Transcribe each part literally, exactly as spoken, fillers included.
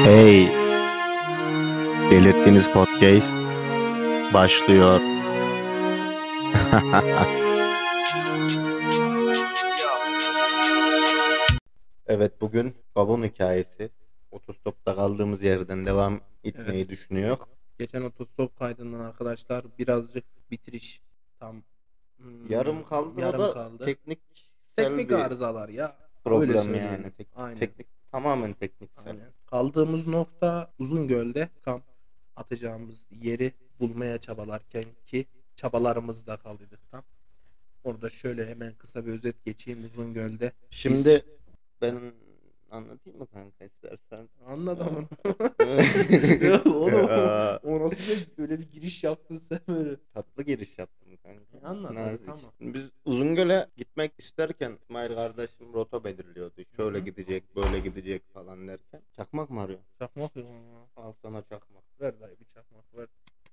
Hey, Delirttiğiniz Podcast başlıyor. Evet, bugün kavun hikayesi. Otostopta kaldığımız yerden devam etmeyi Evet. düşünüyor. Geçen otostop kaydından arkadaşlar birazcık bitiriş tam hmm, Yarım kaldı, yarım o da kaldı. teknik Teknik arızalar ya. Öyle problem söyleyelim. yani. Tek- Aynen. teknik tamamen tekniksel. Aynen. Kaldığımız nokta Uzungöl'de kamp atacağımız yeri bulmaya çabalarken ki çabalarımızda kaldıydık tam. Orada şöyle hemen kısa bir özet geçeyim Uzungöl'de. Şimdi Biz... ben anlatayım mı kanka istersen? Anladım onu. Ya oğlum o nasıl bir böyle bir giriş yaptın sen böyle. Tatlı giriş yaptım kanka. Anladım, Nazik. tamam. Biz Uzungöl'e gitmek isterken İsmail kardeşim rota belirliyordu. Şöyle Hı hı. gidecek, böyle gidecek falan derken. Çakmak mı arıyor? Çakmak yok. Al sana çakmak. Ver dayı bir çakmak ver.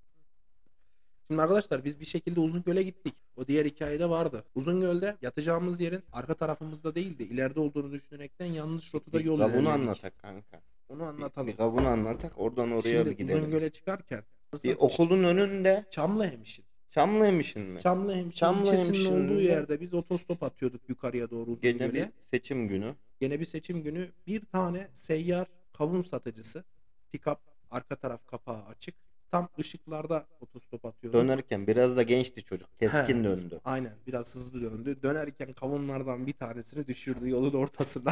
Şimdi arkadaşlar biz bir şekilde Uzungöl'e gittik. O diğer hikayede vardı. Uzungöl'de yatacağımız yerin arka tarafımızda değil de ileride olduğunu düşünerekten yanlış rotada yol Bunu ilerledik. anlatak kanka. Onu anlatalım. Bir bunu anlatak, oradan oraya Şimdi bir gidelim. Uzungöl'e çıkarken Bir okulun önünde Çamlıhemşin. Çamlıhemşin mi? Çamlıhemşin Çamlıhemşin'de ilçesinin olduğu yerde biz otostop atıyorduk yukarıya doğru Gene Uzungöl'e. bir seçim günü. Gene bir seçim günü bir tane seyyar kavun satıcısı. Pick-up arka taraf kapağı açık. Tam ışıklarda otostop atıyordu. Dönerken biraz da gençti çocuk. Keskin He, döndü. aynen biraz hızlı döndü. Dönerken kavunlardan bir tanesini düşürdü yolun ortasına.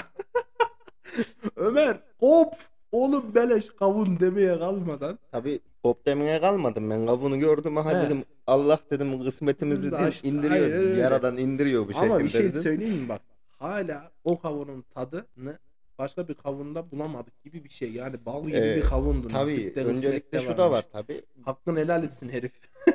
Ömer hop oğlum beleş kavun demeye kalmadan. Tabii hop demeye kalmadım, ben kavunu gördüm, aha He. dedim Allah dedim kısmetimizi Biz dedim, açtık, indiriyor aynen dedim. öyle. Yaradan indiriyor bu şekilde. Ama bir şey dedim. söyleyeyim mi bak. Hala o kavunun tadını başka bir kavunda bulamadık gibi bir şey. Yani bal gibi Ee, bir kavundu. Tabii Nasipte, öncelikle kısmette şu da var varmış. tabii. Hakkını helal etsin herif.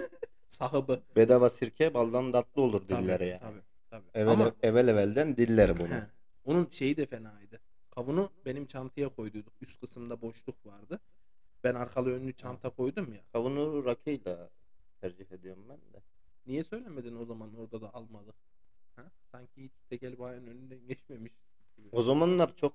Sahibı. Bedava sirke baldan tatlı olur dillere yani. Tabii, tabii. Evvel, Ama evvel evvelden dilleri bunu. he, onun şeyi de fenaydı. Kavunu benim çantaya koyduyduk. Üst kısımda boşluk vardı. Ben arkalı önlü çanta koydum ya. Kavunu rakıyla tercih ediyorum ben de. Niye söylemedin o zaman orada da almadık? Ha? Sanki hiç tekel bayanın önünden geçmemiş gibi. O zamanlar çok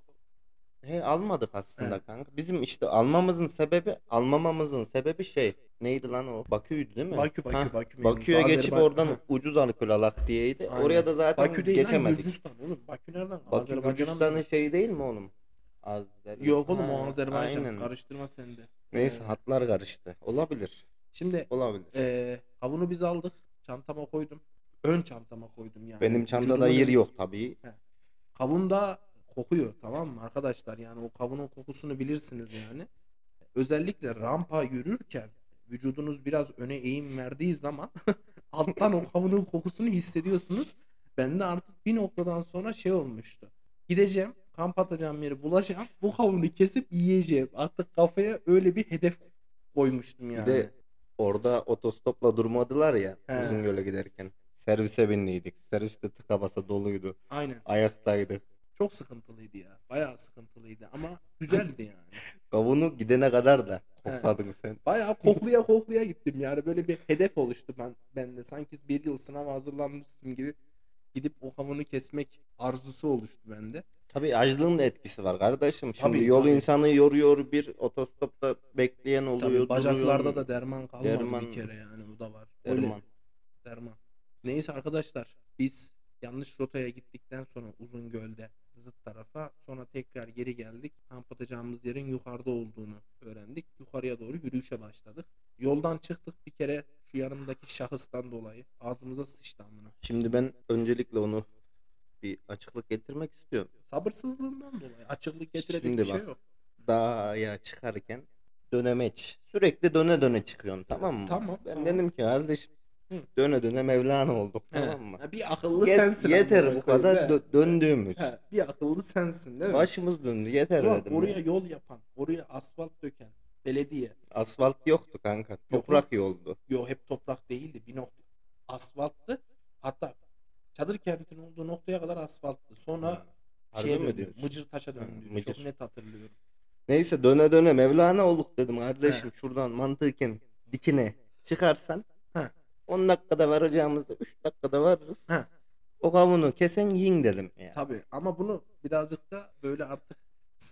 he almadık aslında He. kanka. Bizim işte almamızın sebebi, almamamızın sebebi şey neydi lan o? Bakü'ydü değil mi? Bakü, Bakü, Ha, Bakü. Bakü'ye mevzusu. geçip Azerbaycan- oradan Ha. ucuz alkol alak diyeydi. Aynen. Oraya da zaten Bakü değil lan geçemedik. Gürcistan oğlum. Bakü nereden? Bakü Azerbaycan'a Gürcistan'ın mı? şey değil mi oğlum? Azeri. Yok oğlum Ha, o Azerbaycan. aynen. Karıştırma sen de. Neyse Ee, hatlar karıştı. Olabilir. Şimdi Olabilir. ee, kavunu biz aldık. Çantama koydum. Ön çantama koydum yani. Benim çantada Vücudumun yer ön- yok tabii. He. Kavun da kokuyor, tamam mı arkadaşlar? Yani o kavunun kokusunu bilirsiniz yani. Özellikle rampa yürürken vücudunuz biraz öne eğim verdiği zaman alttan o kavunun kokusunu hissediyorsunuz. Ben de artık bir noktadan sonra şey olmuştu. Gideceğim, kamp atacağım yeri bulacağım. Bu kavunu kesip yiyeceğim. Artık kafaya öyle bir hedef koymuştum yani. Bir de orada otostopla durmadılar ya He. Uzungöl'e giderken. Servise binliydik. Serviste tıka basa doluydu. Aynen. Ayaktaydık. Çok sıkıntılıydı ya. Bayağı sıkıntılıydı ama güzeldi yani. Kavunu gidene kadar da kokladın sen. Bayağı kokluya kokluya gittim yani, böyle bir hedef oluştu ben bende, sanki bir yıl sınava hazırlanmışsın gibi gidip o kavunu kesmek arzusu oluştu bende. Tabii açlığın da etkisi var kardeşim. Şimdi Tabii, yol tabii. insanı yoruyor, bir otostopta bekleyen oluyor. Tabii bacaklarda duruyor. da derman kalmadı Derman. bir kere yani, bu da var. Öyle, Derman. derman. Neyse arkadaşlar, biz yanlış rotaya gittikten sonra Uzungöl'de zıt tarafa, sonra tekrar geri geldik. Kamp atacağımız yerin yukarıda olduğunu öğrendik. Yukarıya doğru yürüyüşe başladık. Yoldan çıktık bir kere, şu yanımdaki şahıstan dolayı ağzımıza sıçtı amına. Şimdi ben öncelikle onu bir açıklık getirmek istiyorum. Sabırsızlığından dolayı açıklık getirecek Şimdi bir şey bak. yok. Dağa çıkarken dönemeç. Sürekli döne döne çıkıyorsun, tamam mı? Tamam, Ben tamam. dedim ki kardeşim Hı. döne döne Mevlana olduk, He. tamam mı? Ha, bir akıllı Yet- sensin. yeter amına bu koyayım, kadar he. dö- döndüğümüz. He, bir akıllı sensin değil mi? Başımız döndü, yeter Ulan dedim. oraya ben. yol yapan, oraya asfalt döken belediye. Asfalt yoktu kanka. Toprak yoldu. Yo, hep toprak değildi. Bir nokta asfalttı. Hatta çadır kentin olduğu noktaya kadar asfalttı. Sonra Harbi şeye mi döndü. diyorsun? Mıcır taşa Ha, döndü. Mıcır. Çok net hatırlıyorum. Neyse döne döne Mevlana olduk dedim kardeşim. Şuradan mantıken dikine çıkarsan He. on dakikada varacağımızda üç dakikada varırız. He. O kavunu kesen yiyin dedim yani. Tabii ama bunu birazcık da böyle artık sabır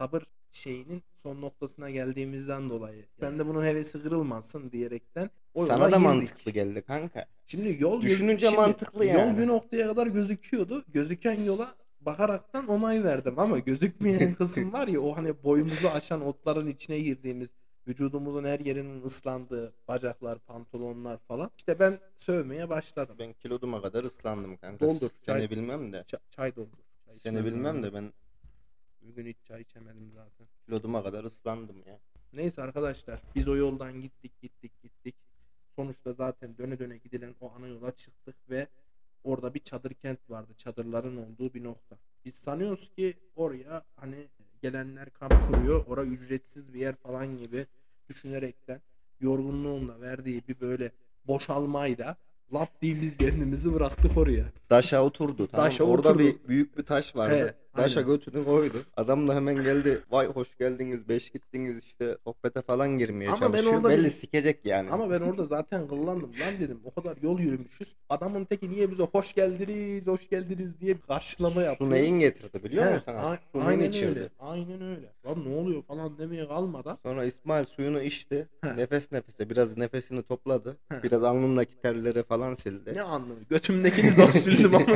şeyinin son noktasına geldiğimizden dolayı. Ben de bunun hevesi kırılmasın diyerekten o yola Sana da girdik. mantıklı geldi kanka. Şimdi yol göz- Düşününce şimdi mantıklı Yol yani. bir noktaya kadar gözüküyordu. Gözüken yola bakaraktan onay verdim ama gözükmeyen kısım var ya, o hani boyumuzu aşan otların içine girdiğimiz, vücudumuzun her yerinin ıslandığı bacaklar, pantolonlar falan. İşte ben sövmeye başladım. Ben kiloduma kadar ıslandım kanka. Doldur, Seni çay- bilmem de. Ç- çay doldur. Çay Seni içmem bilmem lazım. de ben Bugün hiç çay içemedim zaten. kiloduma kadar ıslandım ya. Neyse arkadaşlar, biz o yoldan gittik gittik gittik. Sonuçta zaten döne döne gidilen o ana yola çıktık ve orada bir çadır kent vardı. Çadırların olduğu bir nokta. Biz sanıyoruz ki oraya hani gelenler kamp kuruyor, orada ücretsiz bir yer falan gibi düşünerekten yorgunluğun da verdiği bir böyle boşalmayla lap diye biz kendimizi bıraktık oraya. Taşa oturdu, tamam. Taşa Orada oturdu. bir büyük bir taş vardı. He, Taşa aynen. götünü koydu. Adam da hemen geldi. Vay hoş geldiniz, beş gittiniz işte sohbete falan girmeye Ama ben çalışıyor. orada Belli bir- sikecek yani. Ama ben orada zaten kıllandım lan, dedim. O kadar yol yürümüşüz. Adamın teki niye bize hoş geldiniz, hoş geldiniz diye bir karşılama yapıyor. Su neyin getirdi biliyor He, musun sana? a- Su aynen içirdi. öyle. Aynen öyle. Lan ne oluyor falan demeye kalmadan. Sonra İsmail suyunu içti. He. Nefes nefese biraz nefesini topladı. He. Biraz alnındaki terleri falan sildi. Ne anlamı? Götümdekini zor sildim ama.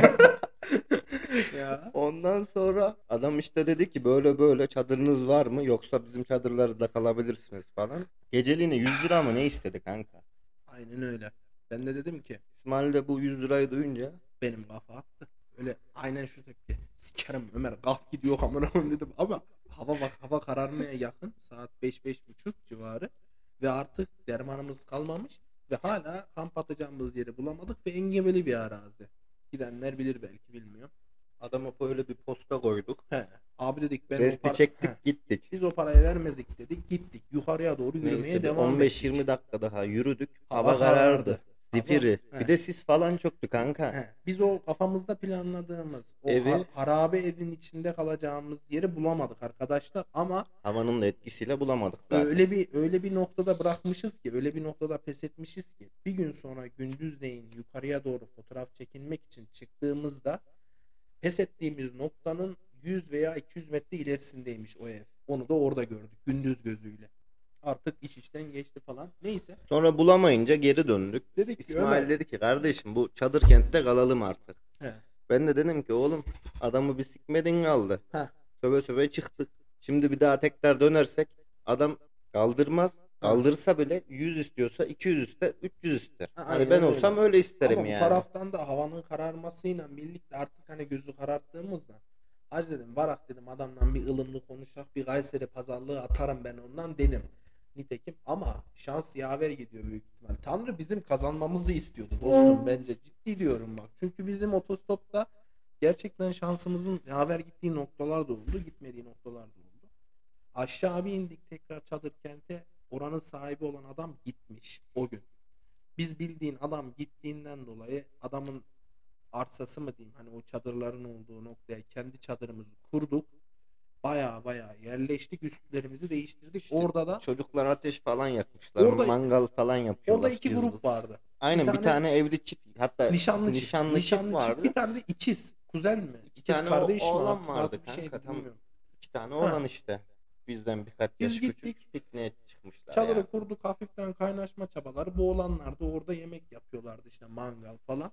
Ya. Ondan sonra adam işte dedi ki böyle böyle çadırınız var mı? Yoksa bizim çadırlarda kalabilirsiniz falan. Geceliğine yüz lira mı ne istedi kanka? Aynen öyle. Ben de dedim ki İsmail de bu yüz lirayı duyunca benim kafa attı. Öyle aynen şu tepki. Sikerim Ömer, kalk gidiyor amına koyayım dedim ama hava bak hava kararmaya yakın, saat beş beş buçuk civarı ve artık dermanımız kalmamış ve hala kamp atacağımız yeri bulamadık ve engebeli bir arazi. Gidenler bilir, belki bilmiyor. adama böyle bir posta koyduk. He, abi dedik ben o Resti para- çektik He, gittik. biz o parayı vermezdik dedik, gittik yukarıya doğru yürümeye Neyse bir devam on beş ettik. yirmi dakika daha yürüdük. Hava Hava karardı. karardı. Zifiri. Hava- Bir He. de sis falan çöktü kanka. He, biz o kafamızda planladığımız o Evi- har- harabe evin içinde kalacağımız yeri bulamadık arkadaşlar ama Havanın da etkisiyle bulamadık zaten. öyle bir öyle bir noktada bırakmışız ki, öyle bir noktada pes etmişiz ki bir gün sonra gündüzleyin yukarıya doğru fotoğraf çekinmek için çıktığımızda pes ettiğimiz noktanın yüz veya iki yüz metre ilerisindeymiş o ev. Onu da orada gördük gündüz gözüyle. Artık iş işten geçti falan. Neyse. Sonra bulamayınca geri döndük. Dedik ki İsmail Ömer. dedi ki kardeşim bu çadır kentte kalalım artık. He. Ben de dedim ki oğlum adamı bir sikmedin kaldı. Heh. Söve söve çıktık. Şimdi bir daha tekrar dönersek adam kaldırmaz. Kaldırsa bile yüz istiyorsa iki yüz ister, üç yüz ister. Ha, Hani aynen ben öyle. olsam öyle isterim Ama bu yani. taraftan da havanın kararmasıyla birlikte artık hani gözü kararttığımızda hacı dedim, varak dedim adamla bir ılımlı konuşak, bir Kayseri pazarlığı atarım ben ondan dedim. Nitekim ama şans yaver gidiyor büyük ihtimal. Tanrı bizim kazanmamızı istiyordu dostum, bence ciddi diyorum bak. Çünkü bizim otostopta gerçekten şansımızın yaver gittiği noktalar da oldu, gitmediği noktalar da oldu. Aşağı bir indik tekrar çadır kente, oranın sahibi olan adam gitmiş o gün. Biz bildiğin adam gittiğinden dolayı adamın arsası mı diyeyim, hani o çadırların olduğu noktaya kendi çadırımızı kurduk. Baya baya yerleştik, üstlerimizi değiştirdik. İşte orada da çocuklar ateş falan yakmışlar. Orada- mangal falan yapıyorlar. orada iki cızbız. grup vardı. Aynen Bir bir tane- tane, evli çift, hatta Nişanlı, nişanlı, çift, çift nişanlı vardı. çift, bir tane de ikiz, kuzen mi? İki İkiz tane kardeş mi? oğlan Artık vardı nasıl bir şey kanka, tam bilmiyorum. İki tane olan işte. Bizden birkaç Biz yaş gittik. küçük pikniğe çıkmışlar Çadırı ya. kurduk, hafiften kaynaşma çabaları. Bu olanlar da orada yemek yapıyorlardı, işte mangal falan.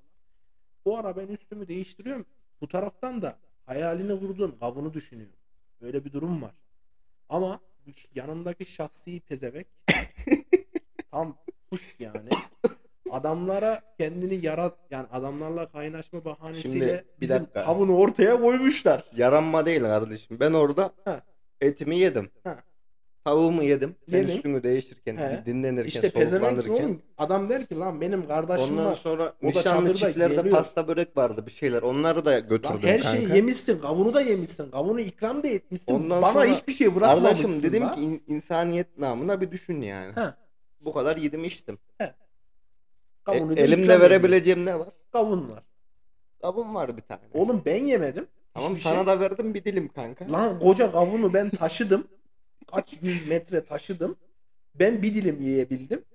Bu ara ben üstümü değiştiriyorum. Bu taraftan da hayalini kurduğum kavunu düşünüyorum. Böyle bir durum var. Ama bu yanımdaki şahsi pezevek tam kuş yani. Adamlara kendini yarat, yani adamlarla kaynaşma bahanesiyle Şimdi bir bizim dakika. kavunu ortaya koymuşlar. Yaranma değil kardeşim. Ben orada Ha. etimi yedim. Ha. Tavuğumu yedim. Sen Yedin. üstünü değişirken, He. dinlenirken, İşte pezevenk soluklanırken. oğlum. Adam der ki lan benim kardeşim Ondan var. sonra O da nişanlı çadırda çiftlerde geliyor. pasta börek vardı, bir şeyler. Onları da götürdüm Lan her kanka. şeyi yemişsin. Kavunu da yemişsin. Kavunu ikram da etmişsin. Ondan Bana sonra- hiçbir şey bırakmamışsın. Kardeşim dedim lan. ki in- insaniyet namına bir düşün yani. Ha. Bu kadar yedim içtim. E, Kavunu da elimde ikram verebileceğim ne var? ediyorsun. Kavun var. Kavun var bir tane. Oğlum ben yemedim. Tamam Hiçbir sana şey. da verdim bir dilim kanka. Lan koca kavunu ben taşıdım. Kaç yüz metre taşıdım. Ben bir dilim yiyebildim.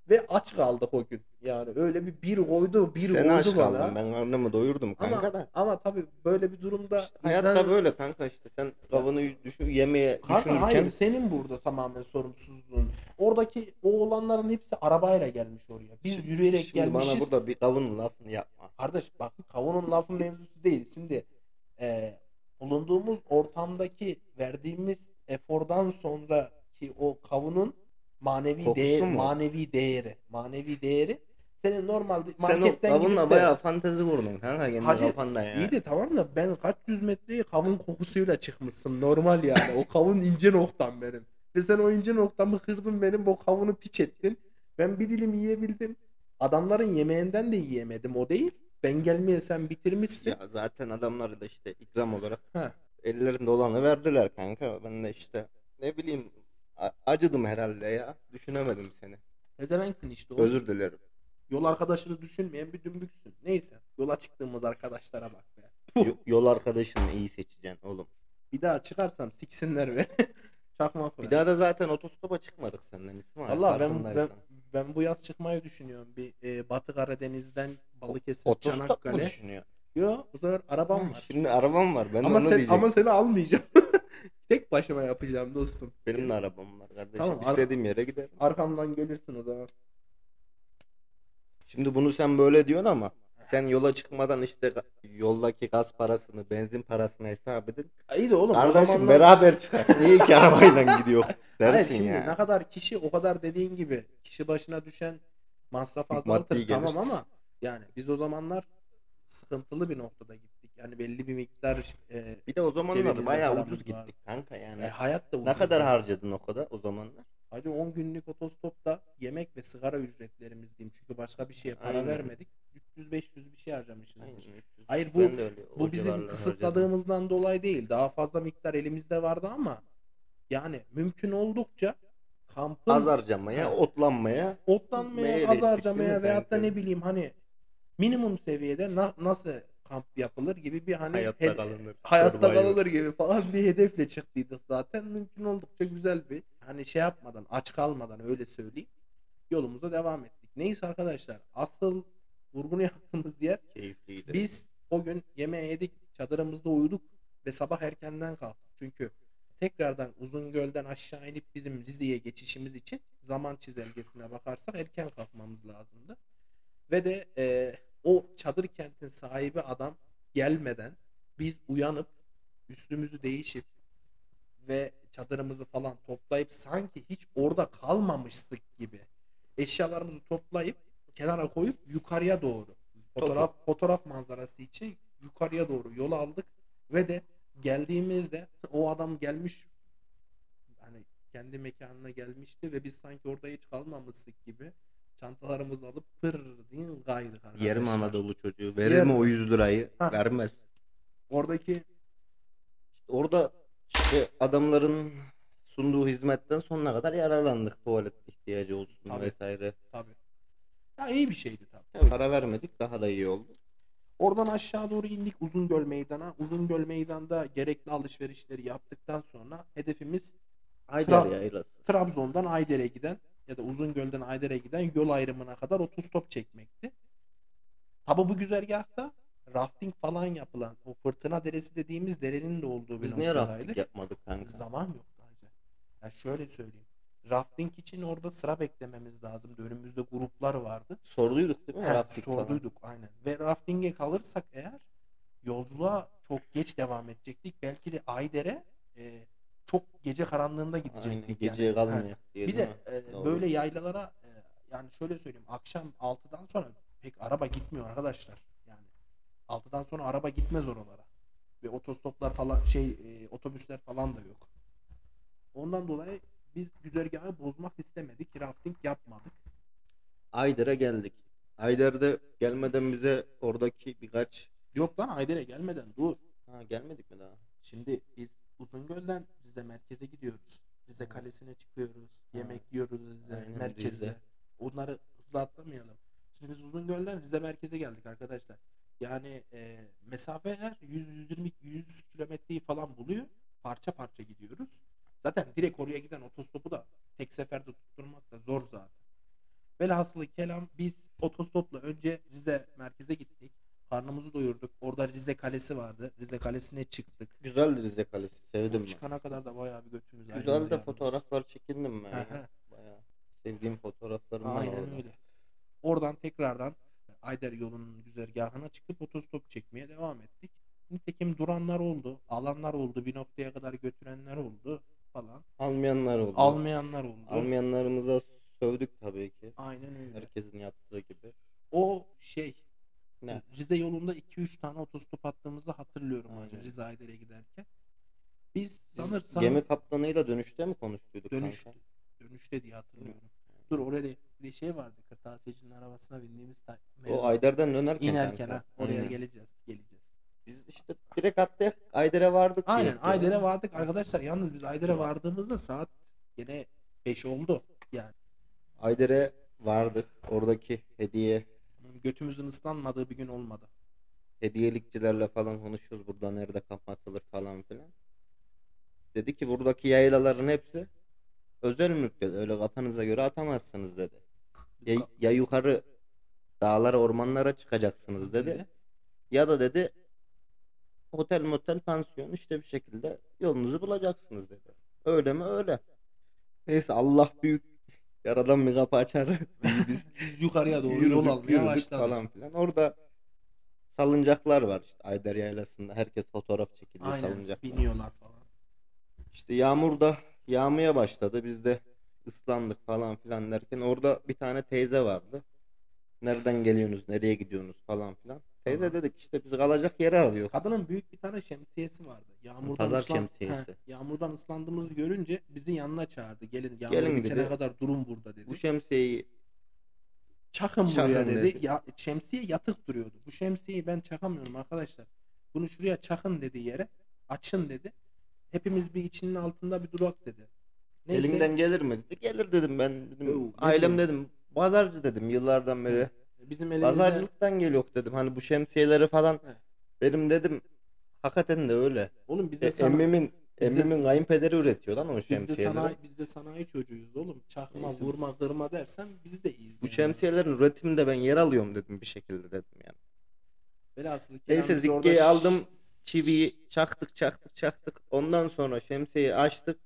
ve aç kaldık o gün. Yani öyle bir bir koydu, bir Sen aç koydu kaldın. bana. Ben karnımı doyurdum kanka Ama da. ama tabii böyle bir durumda İşte hayatta insan böyle kanka işte. Sen ya kavunu düşün, yemeye kanka hayır düşünürken senin burada tamamen sorumsuzluğun. Oradaki o olanların hepsi arabayla gelmiş oraya. Biz şimdi, yürüyerek şimdi bana gelmişiz. burada bir kavunun lafını yapma. Kardeş bak kavunun lafı mevzusu değil. Şimdi e, bulunduğumuz ortamdaki verdiğimiz efordan sonraki o kavunun manevi Kokusu değer mu? manevi değeri manevi değeri senin normalde Sen o marketten kavunla gidip de bayağı fantezi vurdun kanka kendi hacı kafanda iyi ya. de tamam da ben kaç yüz metreye kavun kokusuyla çıkmışsın normal yani o kavun ince noktam benim ve sen o ince noktamı kırdın benim o kavunu piç ettin ben bir dilim yiyebildim adamların yemeğinden de yiyemedim o değil ben gelmeye sen bitirmişsin. Ya zaten adamları da işte ikram olarak Heh. ellerinde olanı verdiler kanka. Ben de işte ne bileyim a- acıdım herhalde ya. Düşünemedim seni. Ezevenksin işte oğlum. Özür dilerim. Yol arkadaşını düşünmeyen bir dümbüksün. Neyse yola çıktığımız arkadaşlara bak be. Puh. Yo- yol arkadaşını iyi seçeceksin oğlum. Bir daha çıkarsam siksinler beni. Çakmak Bir ver. daha da zaten otostopa çıkmadık senden İsmail Valla ben, ben farkındaysan. ben bu yaz çıkmayı düşünüyorum. Bir e, Batı Karadeniz'den O- Balıkesir, otostop mu Çanakkale. düşünüyor? Yo bu sefer arabam Ha, var. şimdi arabam var. Ben de Ama onu sen ama diyecektim. seni almayacağım. Tek başıma yapacağım dostum. Benim de Benim- arabam var kardeşim. Tamam ar- İstediğim yere giderim. arkamdan gelirsin o zaman. Şimdi bunu sen böyle diyorsun ama sen yola çıkmadan işte ga- yoldaki gaz parasını, benzin parasını hesap edin. İyi de oğlum o Kardeşim zamanlar beraber çıkar. Niye iki arabayla gidiyor hayır dersin şimdi ya. ne kadar kişi o kadar dediğin gibi kişi başına düşen masraf Maddi azaltır gelir. tamam ama yani biz o zamanlar sıkıntılı bir noktada gittik. Yani belli bir miktar e, Bir de o zamanlar cebimizde bayağı paramız ucuz vardı. gittik kanka yani. E, hayat da Ne ucuzdu. kadar harcadın o kadar o zamanlar? Hadi on günlük otostopta yemek ve sigara ücretlerimiz diyeyim. Çünkü başka bir şeye para Aynen. vermedik. üç yüz beş yüz bir şey Aynen. harcamışızdır. üç yüz. Hayır bu Ben de öyle o bu bizim civarlar harcadım. kısıtladığımızdan dolayı değil. Daha fazla miktar elimizde vardı ama yani mümkün oldukça kampın Az harcamaya, Ha, otlanmaya otlanmaya, meyil az ettik değil harcamaya mi veyahut da kanka? ne bileyim hani minimum seviyede na- nasıl kamp yapılır gibi bir hani Hayatta hede- kalınır. hayatta Survivor. kalınır gibi falan bir hedefle çıktıydık zaten. Mümkün oldukça güzel bir hani şey yapmadan, aç kalmadan öyle söyleyeyim. Yolumuza devam ettik. Neyse arkadaşlar, asıl vurgunu yaptığımız yer Keyifliydi. biz o gün yemeği yedik, çadırımızda uyuduk ve sabah erkenden kalktık. Çünkü tekrardan Uzungöl'den aşağı inip bizim Rize'ye geçişimiz için zaman çizelgesine bakarsak erken kalkmamız lazımdı. Ve de e, o çadır kentin sahibi adam gelmeden biz uyanıp üstümüzü değişip ve çadırımızı falan toplayıp sanki hiç orada kalmamıştık gibi eşyalarımızı toplayıp kenara koyup yukarıya doğru fotoğraf fotoğraf manzarası için yukarıya doğru yol aldık ve de geldiğimizde o adam gelmiş hani kendi mekanına gelmişti ve biz sanki orada hiç kalmamıştık gibi çantalarımızı alıp pır diye kaydık arkadaşlar. Yerim Anadolu çocuğu. Verir Yer mi mi? o yüz lirayı? Ha. Vermez. Oradaki İşte orada işte adamların sunduğu hizmetten sonuna kadar yararlandık. Tuvalet ihtiyacı olsun Tabii. vesaire. tabii. Ya iyi bir şeydi tabii. Tabii para vermedik daha da iyi oldu. Oradan aşağı doğru indik Uzungöl Meydan'a. Uzungöl Meydan'da gerekli alışverişleri yaptıktan sonra hedefimiz Haydar Tra- yaylası. Trabzon'dan Ayder'e giden ya da Uzungöl'den Ayder'e giden yol ayrımına kadar otostop çekmekti. Tabi bu güzergahta rafting falan yapılan o Fırtına Deresi dediğimiz derenin de olduğu bir Biz niye noktadaydık. rafting yapmadık kanka? Zaman yoktu hacı. Ya şöyle söyleyeyim. Rafting için orada sıra beklememiz lazımdı. Önümüzde gruplar vardı. Sorduyduk değil mi? He, Rafting falan. sorduyduk aynen. Ve rafting'e kalırsak eğer yolculuğa çok geç devam edecektik. Belki de Ayder'e e, çok gece karanlığında Aynen, gidecektik. geceye yani. kalmayak diye Bir değil de mi? e, Doğru. böyle yaylalara e, yani şöyle söyleyeyim akşam altıdan sonra pek araba gitmiyor arkadaşlar. Yani altıdan sonra araba gitmez oralara. Ve otostoplar falan şey e, otobüsler falan da yok. Ondan dolayı biz güzergahı bozmak istemedik. Rafting yapmadık. Ayder'e geldik. Ayder'de gelmeden bize oradaki birkaç... Yok lan Ayder'e gelmeden dur. Ha gelmedik mi daha? Şimdi biz Uzungöl'den Rize merkeze gidiyoruz. Rize Hı. Kalesi'ne çıkıyoruz. Ha. Yemek yiyoruz Rize Aynen, merkezde. Rize. Onları hızlı atlamayalım. Şimdi biz Uzungöl'den Rize merkeze geldik arkadaşlar. Yani e, mesafe eğer yüz yüz yirmi yüz kilometreyi falan buluyor. Parça parça gidiyoruz. Zaten direkt oraya giden otostopu da tek seferde tutturmak da zor zaten. Velhasılı kelam biz otostopla önce Rize merkeze gittik. Karnımızı doyurduk. Orada Rize Kalesi vardı. Rize Kalesi'ne çıktık. Güzeldi Rize Kalesi. O Sevdim ben. çıkana kadar da bayağı bir götümüz Güzel ayrıldı de yalnız. fotoğraflar çekindim ben He ya. he. Bayağı sevdiğim fotoğraflarım var Aynen orada. öyle. Oradan tekrardan Ayder yolunun güzergahına çıkıp otostop çekmeye devam ettik. Nitekim duranlar oldu, alanlar oldu, bir noktaya kadar götürenler oldu falan. Almayanlar oldu. Almayanlar oldu. Almayanlarımıza sövdük tabii ki. Aynen öyle. Herkesin yaptığı gibi. O şey Ne? Rize yolunda iki üç tane otostop attığımızı hatırlıyorum hacı, Aynen. Rize Ayder'e giderken. Biz Biz sanırsam gemi kaptanıyla dönüşte mi konuştuyduk dönüş kanka? dönüşte diye hatırlıyorum. Dur, orada bir şey vardı. Kırtasiyecinin arabasına bindiğimiz ta- O mevzu. Ayder'den dönerken İnerken kanka. ha, oraya Aynen. geleceğiz, geleceğiz. Biz işte direkt atlayak Ayder'e vardık Aynen diye. Ayder'e vardık arkadaşlar. Yalnız biz Ayder'e vardığımızda saat yine beş oldu. Yani Ayder'e vardık. Oradaki hediye götümüzün ıslanmadığı bir gün olmadı. hediyelikçilerle falan konuşuyoruz. Burada nerede kapatılır falan filan. Dedi ki buradaki yaylaların hepsi özel mülk dedi. Öyle kafanıza göre atamazsınız dedi. Biz Ya, ka- ya yukarı dağlara ormanlara çıkacaksınız dedi. Dedi. Ya da dedi otel motel pansiyon işte bir şekilde yolunuzu bulacaksınız dedi. Öyle mi öyle. Neyse Allah büyük yaradan bir kapı açar. İyi biz Biz yukarıya doğru yol yürüdük almaya yürüdük başladık. falan filan. Orada salıncaklar var işte Ayder Yaylası'nda. Herkes fotoğraf çekiliyor Aynen, salıncaklar. biniyorlar falan. İşte yağmur da yağmaya başladı. Biz de ıslandık falan filan derken orada bir tane teyze vardı. Nereden geliyorsunuz, nereye gidiyorsunuz falan filan. Teyze Tamam. dedik işte biz kalacak yer arıyor. Kadının büyük bir tane şemsiyesi vardı. Yağmurdan Pazar ıslan şemsiyesi. Heh, yağmurdan ıslandığımızı görünce bizi yanına çağırdı. Gelin, yağmur Gelin bitene dedi. kadar durun burada dedi. Bu şemsiyeyi Çakın çakın buraya dedi. dedi. Ya, şemsiye yatık duruyordu. Bu şemsiyeyi ben çakamıyorum arkadaşlar. Bunu şuraya çakın dedi yere. Açın dedi. Hepimiz bir içinin altında bir durak dedi. Neyse. elinden gelir mi dedi. Gelir dedim ben dedim. Yo, Ailem geliyor. dedim. Pazarcı dedim yıllardan beri. Hı. Bizim elimizde Pazarcılıktan geliyor dedim. Hani bu şemsiyeleri falan He. benim dedim hakikaten de öyle. oğlum bizde E, sana emmimin bizde- emmimin kayınpederi üretiyor lan o bizde şemsiyeleri. sanayi bizde sanayi çocuğuyuz oğlum. Çakma, Neyse. vurma, kırma dersen biz de iyiyiz. Bu yani. şemsiyelerin üretiminde ben yer alıyorum dedim bir şekilde dedim yani. Velhasılı kelam Neyse biz orada zikkeyi ş- aldım. Çiviyi çaktık çaktık çaktık. Ondan sonra şemsiyeyi açtık.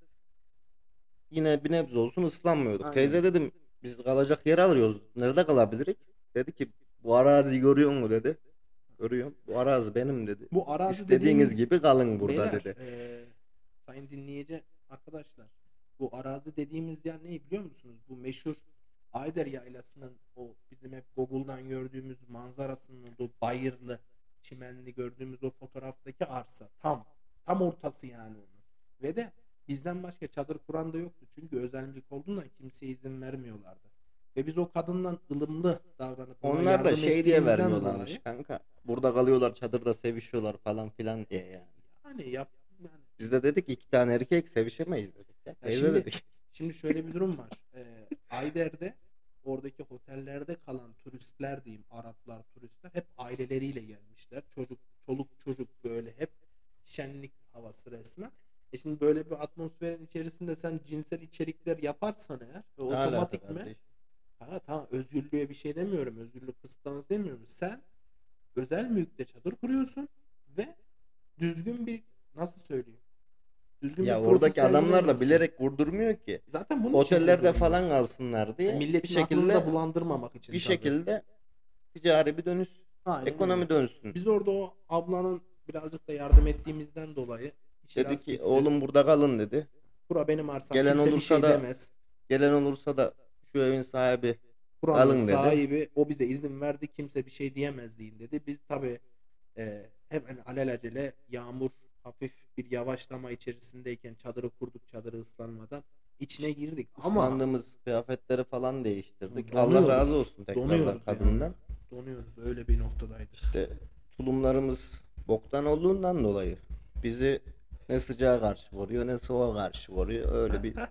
Yine bir nebze olsun ıslanmıyorduk. Aynen. Teyze dedim biz kalacak yer arıyoruz. Nerede kalabiliriz? Dedi ki bu araziyi görüyor mu dedi. Görüyorum. Bu arazi benim dedi. Bu arazi İstediğiniz dediğimiz- gibi kalın burada Beyler, dedi. eee, sayın dinleyici arkadaşlar, bu arazi dediğimiz yer ne biliyor musunuz? Bu meşhur Ayder Yaylası'nın o bizim hep Google'dan gördüğümüz manzarasının olduğu bayırlı, çimenli gördüğümüz o fotoğraftaki arsa. Tam. Tam ortası yani onun. Ve de bizden başka çadır kuran da yoktu. Çünkü özel mülk olduğundan kimseye izin vermiyorlardı. Ve biz o kadından ılımlı davranıp ona Onlar da yardım şey diye ettiğimizden vermiyorlarmış dolayı- kanka. Burada kalıyorlar çadırda sevişiyorlar falan filan diye yani. Hani yap yani Biz de dedik iki tane erkek sevişemeyiz dedik. Ya, Ya teyze şimdi- dedik. Şimdi şöyle bir durum var. Ee, Ayder'de oradaki otellerde kalan turistler diyeyim, Araplar turistler hep aileleriyle gelmişler. Çocuk, çoluk çocuk böyle hep şenlik havası resmen. E şimdi böyle bir atmosferin içerisinde sen cinsel içerikler yaparsan eğer ve Ne alaka otomatik mi? kardeş? Ha, tamam, özgürlüğe bir şey demiyorum. Özgürlük kısıtlaması demiyorum. Sen özel mülkte çadır kuruyorsun ve düzgün bir, nasıl söyleyeyim? Düzgün Ya bir oradaki profil adamlar da sergilemiyorsun. bilerek vurdurmuyor ki. Zaten bunun için Otellerde vurdurmuyor. falan kalsınlar diye Milletin bir aklını şekilde da bulandırmamak için bir tabii. şekilde ticari bir dönüş, Aynen ekonomi öyle. dönsün. Biz orada o ablanın birazcık da yardım ettiğimizden dolayı işi Dedi rast ki gitsin. oğlum burada kalın dedi. Bura benim arsam. Gelen Kimse bir olursa şey da- demez. Gelen olursa da şu evin sahibi Buranın alın dedi. sahibi o bize izin verdi. Kimse bir şey diyemez deyin dedi. Biz tabii e, hemen alelacele yağmur hafif bir yavaşlama içerisindeyken çadırı kurduk, çadırı ıslanmadan içine girdik. Ama ıslandığımız kıyafetleri falan değiştirdik. Donuyoruz. Allah razı olsun tekrardan Donuyoruz kadından. yani. donuyoruz, öyle bir noktadaydık. İşte tulumlarımız boktan olduğundan dolayı bizi ne sıcağa karşı vuruyor ne soğuğa karşı vuruyor. Öyle bir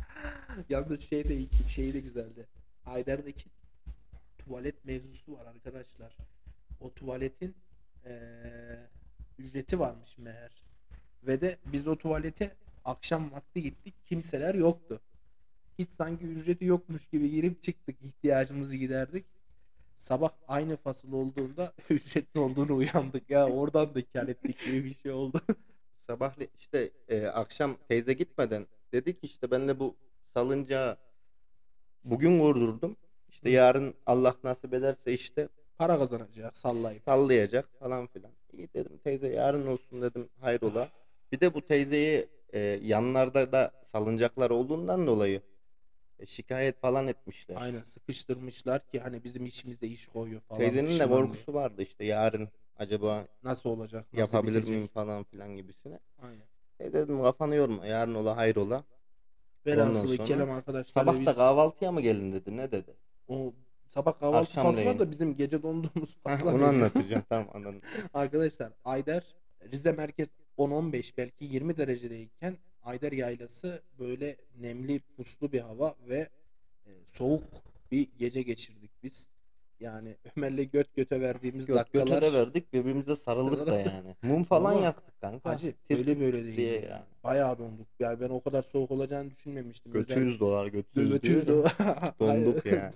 Yalnız şey de iki şey de güzeldi. Ayder'deki tuvalet mevzusu var arkadaşlar. O tuvaletin eee, ücreti varmış meğer. Ve de biz o tuvalete akşam vakti gittik. Kimseler yoktu. Hiç sanki ücreti yokmuş gibi girip çıktık, ihtiyacımızı giderdik. Sabah aynı fasıl olduğunda ücretli olduğunu uyandık ya, oradan da kâr ettik gibi bir şey oldu. Sabahle işte e, akşam teyze gitmeden dedik işte ben de bu salıncağı bugün vurdurdum. İşte Hı. yarın Allah nasip ederse işte Para kazanacak sallayıp. sallayacak falan filan. İyi dedim teyze yarın olsun dedim hayrola. Bir de bu teyzeyi e, yanlarda da salıncaklar olduğundan dolayı e, şikayet falan etmişler. Aynen, sıkıştırmışlar ki hani bizim işimizde iş koyuyor falan Teyzenin de fişman diye. korkusu vardı işte yarın acaba Nasıl olacak, nasıl yapabilir bitecek? miyim falan filan gibisine. Aynen. E dedim kafanı yorma yarın ola hayrola. Ondan Velhasılı sonra kelam arkadaşlar, sabah da biz kahvaltıya mı gelin dedi ne dedi. o sabah kahvaltı faslı var Akşamleyin. da bizim gece donduğumuz Heh, fasla onu ne diyor? anlatacağım tamam anladım. Arkadaşlar Ayder, Rize merkez on on beş belki yirmi derecedeyken Ayder Yaylası böyle nemli puslu bir hava ve e, soğuk bir gece geçirdik biz. Yani Ömer'le göt göte verdiğimiz Göt göte dakikalar. de verdik birbirimize sarıldık da yani. Mum falan Ama yaktık kanka. acı Tir öyle tir böyle titriye değildi ya. yani. Bayağı donduk. Yani ben o kadar soğuk olacağını düşünmemiştim. Özel Götümüz dolar götümüz götümüzde diyor. Donduk yani.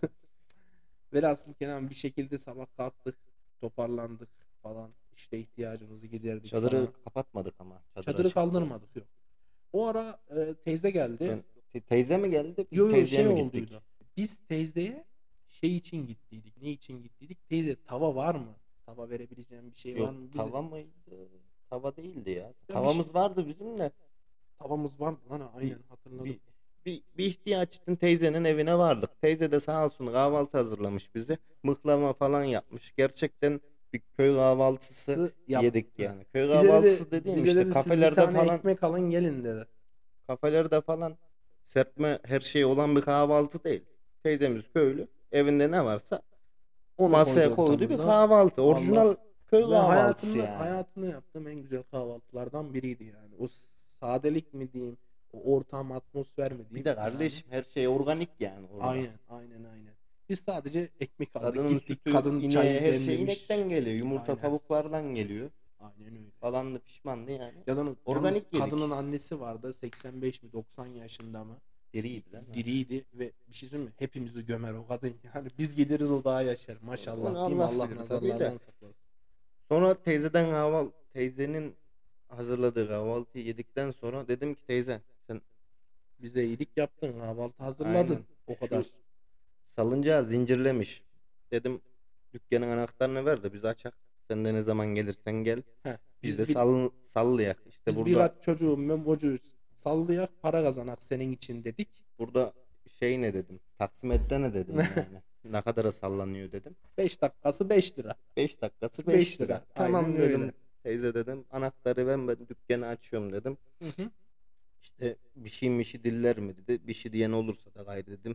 velhasıl Kenan bir şekilde sabah kalktık, toparlandık falan. İşte ihtiyacımızı giderdik Çadırı falan. kapatmadık ama. Çadır Çadırı açıktı. kaldırmadık, yok. O ara e, teyze geldi. Ben te- teyze mi geldi? Biz Yo yo teyzeye şey mi gittik? olduydu. Biz teyzeye şey için gittiydik. Ne için gittiydik? Teyze tava var mı? Tava verebileceğim bir şey var Yok mı? Biz tava mıydı? Tava değildi ya. ya bir şey, Tavamız vardı bizim de. tavamız var mı lan? Ha, Bir, aynen hatırladım. bir, bir, bir ihtiyaç için teyzenin evine vardık. Teyze de sağ olsun kahvaltı hazırlamış bize. Mıhlama falan yapmış. Gerçekten bir köy kahvaltısı Sı yap. yedik Heh. yani. Köy Bize dedi, kahvaltısı dediğim bize işte dedi siz bir kafelerde tane falan ekmek alın gelin dedi. kafelerde falan serpme her şey olan bir kahvaltı değil. Teyzemiz köylü. Evinde ne varsa Onu koydu masaya koyduğu bir ortamıza. kahvaltı. Valla Orijinal köy ben kahvaltısı hayatımda yani. hayatımda yaptığım en güzel kahvaltılardan biriydi yani. O sadelik mi diyeyim, o ortam, atmosfer mi Bir diyeyim de yani. kardeşim her şey organik yani orada. Aynen, aynen, aynen. Biz sadece ekmek aldık, Kadının gittik. sütü, Kadın ineği çayı her şey demlemiş. inekten geliyor. Yumurta Aynen. tavuklardan geliyor. Aynen öyle. Falan da pişmandı yani. Yalnız, yalnız Organik kadının yedik. annesi vardı. seksen beş mi doksan yaşında mı? Diriydi değil mi? Diriydi ve bir şey söyleyeyim mi? Hepimizi gömer o kadın yani. Biz gideriz o daha yaşar. Maşallah Onu değil mi? Allah Allah bilir tabii de. nazarlardan saklasın. Sonra teyzeden kahvaltı, teyzenin hazırladığı kahvaltıyı yedikten sonra dedim ki teyze sen Bize iyilik yaptın. Kahvaltı aynen hazırladın. O şu kadar. salıncağı zincirlemiş. Dedim dükkanın anahtarını ver de biz açak. Sen de ne zaman gelirsen gel. Heh, Biz de biz bir, sall sallayak. İşte biz burada birkaç çocuğu, memocu sallayak para kazanak senin için dedik. burada şey ne dedim. Taksimetre ne dedim yani. Ne kadara sallanıyor dedim. beş dakikası beş lira. beş dakikası beş beş lira. lira. Aynen Tamam öyle. dedim. Teyze dedim. Anahtarı ver ben dükkanı açıyorum dedim. Hı hı. İşte bir şey mi şey diller mi dedi. Bir şey diyen olursa da gayrı dedim.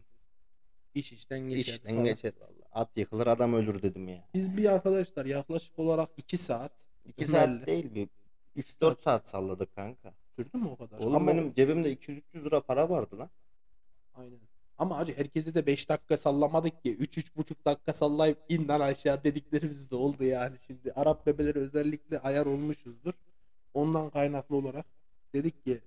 İş işten geçer İşten falan. geçer vallahi. At yıkılır adam ölür dedim ya. Biz bir arkadaşlar yaklaşık olarak iki saat iki Ömer'le saat değil bir üç iki dört saat saat salladık kanka. sürdü mü o kadar? Oğlum Ama benim cebimde iki yüz üç yüz lira para vardı lan. aynen. Ama hacı herkesi de beş dakika sallamadık ki. üç üç buçuk dakika sallayıp in lan aşağı dediklerimiz de oldu yani. Şimdi Arap bebeleri özellikle ayar olmuşuzdur. Ondan kaynaklı olarak dedik ki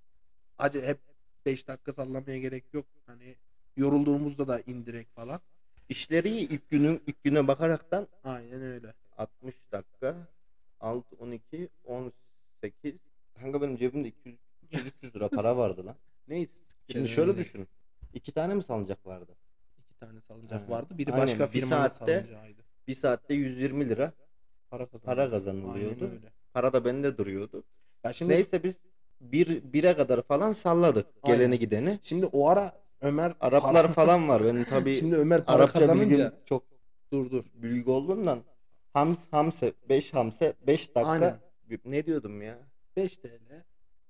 hacı hep beş dakika sallamaya gerek yok. Hani yorulduğumuzda da indirek falan. İşleri iyi. ilk günün ilk güne bakaraktan Aynen öyle. altmış dakika altı on iki on sekiz kanka benim cebimde iki yüz üç yüz lira para vardı lan. Neyse. Şimdi şöyle düşün. İki tane mi salıncak vardı? İki tane salıncak Ha, vardı. Biri aynen. başka Bir firmanın saatte- salıncağıydı. Bir saatte yüz yirmi lira Para kazandı. para kazanılıyordu. Aynen öyle. Para da bende duruyordu. Ya şimdi Neyse biz bir bire kadar falan salladık geleni Aynen. gideni. şimdi o ara Ömer Araplar para- falan var. Benim tabii Şimdi Ömer para Arapça bilgim kazanınca çok dur dur. büyük olduğundan hams hamse beş hamse beş dakika Aynen. ne diyordum ya? beş T L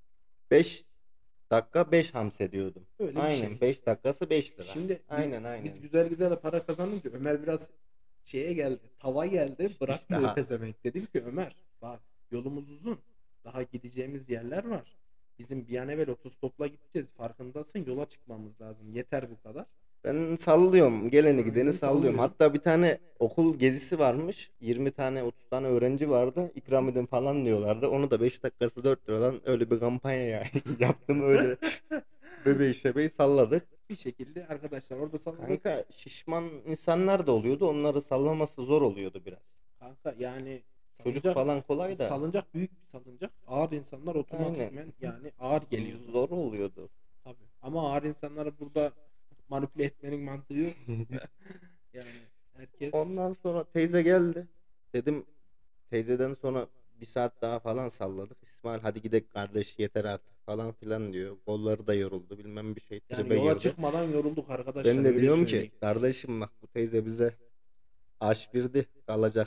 beş dakika beş hamse diyordum. öyle bir Aynen şey. beş dakikası beş lira. Şimdi biz, aynen aynen. biz güzel güzel de para kazanınca Ömer biraz şeye geldi. Tava geldi. Bırakmıyor İşte. pezevenk. Dedim ki Ömer bak yolumuz uzun. Daha gideceğimiz yerler var. Bizim bir an evvel otostopla gideceğiz. Farkındasın, yola çıkmamız lazım. Yeter bu kadar. Ben sallıyorum. Geleni Aynen, gideni sallıyorum. sallıyorsun. Hatta bir tane okul gezisi varmış. yirmi tane otuz tane öğrenci vardı. İkram edin falan diyorlardı. Onu da beş dakikası dört liradan öyle bir kampanya yaptım öyle. Bebeği şebeği salladık. Bir şekilde arkadaşlar orada salladık. Kanka şişman insanlar da oluyordu. Onları sallaması zor oluyordu biraz. Kanka yani Çocuk salıncak, falan kolay da. salıncak büyük bir salıncak. Ağır insanlar otomatikmen Aynen. yani ağır geliyordu. Zor oluyordu. Tabii. Ama ağır insanları burada manipüle etmenin mantığı yok. Yani herkes Ondan sonra teyze geldi. Dedim teyzeden sonra bir saat daha falan salladık. İsmail hadi gidelim kardeş yeter artık falan filan diyor. Kolları da yoruldu bilmem bir şey. yani Tribe yola girdi. çıkmadan yorulduk arkadaşlar. Ben de öyle diyorum söyleyeyim. ki kardeşim bak bu teyze bize aş verdi kalacak.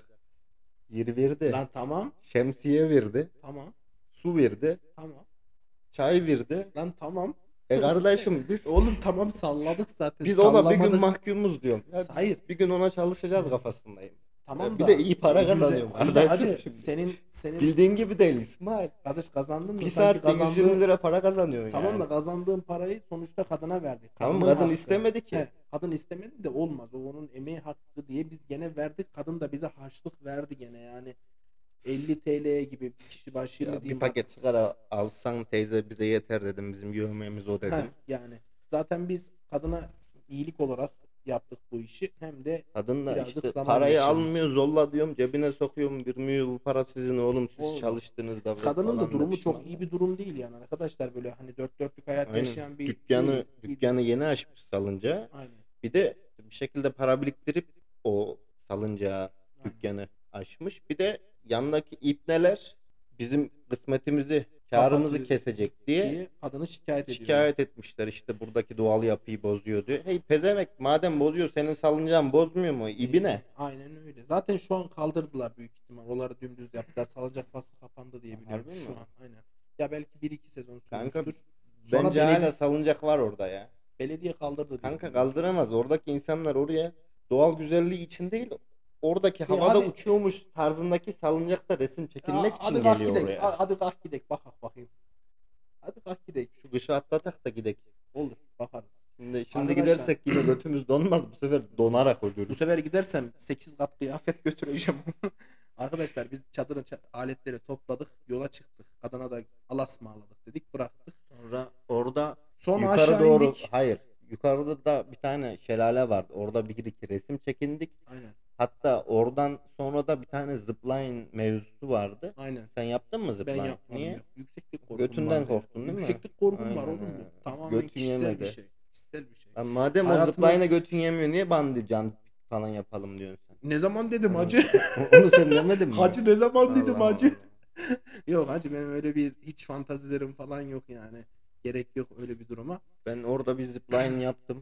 Yer verdi. Lan tamam. Şemsiye verdi. Tamam. Su verdi. Tamam. Çay verdi. Lan tamam. E kardeşim biz Oğlum tamam salladık zaten. biz ona bir gün Sallamadık. mahkumuz diyorum. Ya biz Hayır. bir gün ona çalışacağız kafasındayım. Tamam Bir da de iyi para güzel- kazanıyorum İyi de kardeşim hadi şimdi. senin senin Bildiğin gibi değil İsmail. kardeş kazandın mı? Bir Sanki saatte yüz yirmi lira para kazanıyorsun Tamam yani. da kazandığın parayı sonuçta kadına verdik. Tamam, Kadının kadın hakkı. istemedi ki. He, kadın istemedi de olmaz. O onun emeği hakkı diye biz gene verdik. Kadın da bize harçlık verdi gene yani. elli T L gibi kişi başı Ya mı bir diyeyim paket artık. sigara alsan teyze bize yeter dedim. Bizim yövmemiz o dedim. He, yani zaten biz kadına iyilik olarak yaptık bu işi. Hem de Kadın da birazcık işte zaman parayı geçirdik. almıyor zolla diyorum cebine sokuyorum girmiyor bu para sizin oğlum siz Oğlum, çalıştığınızda. kadının falan da durumu demiş çok bana. iyi bir durum değil yani arkadaşlar, böyle hani dört dörtlük hayat Aynen. yaşayan bir Dükkanı değil, bir- dükkanı yeni açmış salınca. Aynen. Bir de bir şekilde para biriktirip o salıncağı Aynen. dükkanı açmış. Bir de yanındaki ipneler bizim kısmetimizi, karımızı Kapatıyor kesecek diye diye kadını şikayet ediyor. şikayet etmişler. İşte buradaki doğal yapıyı bozuyor diyor. Hey pezemek madem bozuyor senin salıncağın bozmuyor mu? İbine. Aynen öyle. Zaten şu an kaldırdılar büyük ihtimal. Oraları dümdüz yaptılar. Salıncak faslı kapandı diye biliyorum Harbi şu mi? an. Aynen. Ya belki bir iki sezon Kanka sürmüştür. Sonra bence belediye, hala salıncak var orada ya. belediye kaldırdı diye Kanka biliyorum. kaldıramaz. Oradaki insanlar oraya doğal güzelliği için değil oradaki Ya havada hadi- uçuyormuş tarzındaki salıncakta resim çekilmek Ya için hadi kalk geliyor gidek. oraya. Ha- Hadi kalk gidek. Bak bakayım. Hadi kalk gidek. Şu kışı atlatak da gidelim. Olur. Bakarız. Şimdi, şimdi Arkadaşlar- gidersek yine götümüz donmaz. Bu sefer donarak Bu ölürüz. sefer gidersem sekiz kat kıyafet götüreceğim. Arkadaşlar biz çadırın ça- aletleri topladık. Yola çıktık. Kadına da alasmaladık dedik. Bıraktık. Sonra orada Sonra yukarı aşağı doğru indik. hayır. Yukarıda da bir tane şelale vardı. Orada bir iki resim çekindik. Aynen. Hatta oradan sonra da bir tane zipline mevzusu vardı. Aynen. Sen yaptın mı Ben zipline? yapmadım. Niye? Yok. Yükseklik korkum Götünden var. korktun değil mi? Yükseklik korkum var Aynen oğlum öyle. bu. Tamamen Götün kişisel yemedi. bir şey. Kişisel bir şey. Lan madem o Hayatımda- zipline'a götün yemiyor niye bandi can falan yapalım diyorsun sen? Ne zaman dedim Hı. hacı? Onu sen demedin mi? Hacı ne zaman dedim Allah hacı? Allah. Yok hacı, benim öyle bir hiç fantazilerim falan yok yani. Gerek yok öyle bir duruma. Ben orada bir zipline yaptım.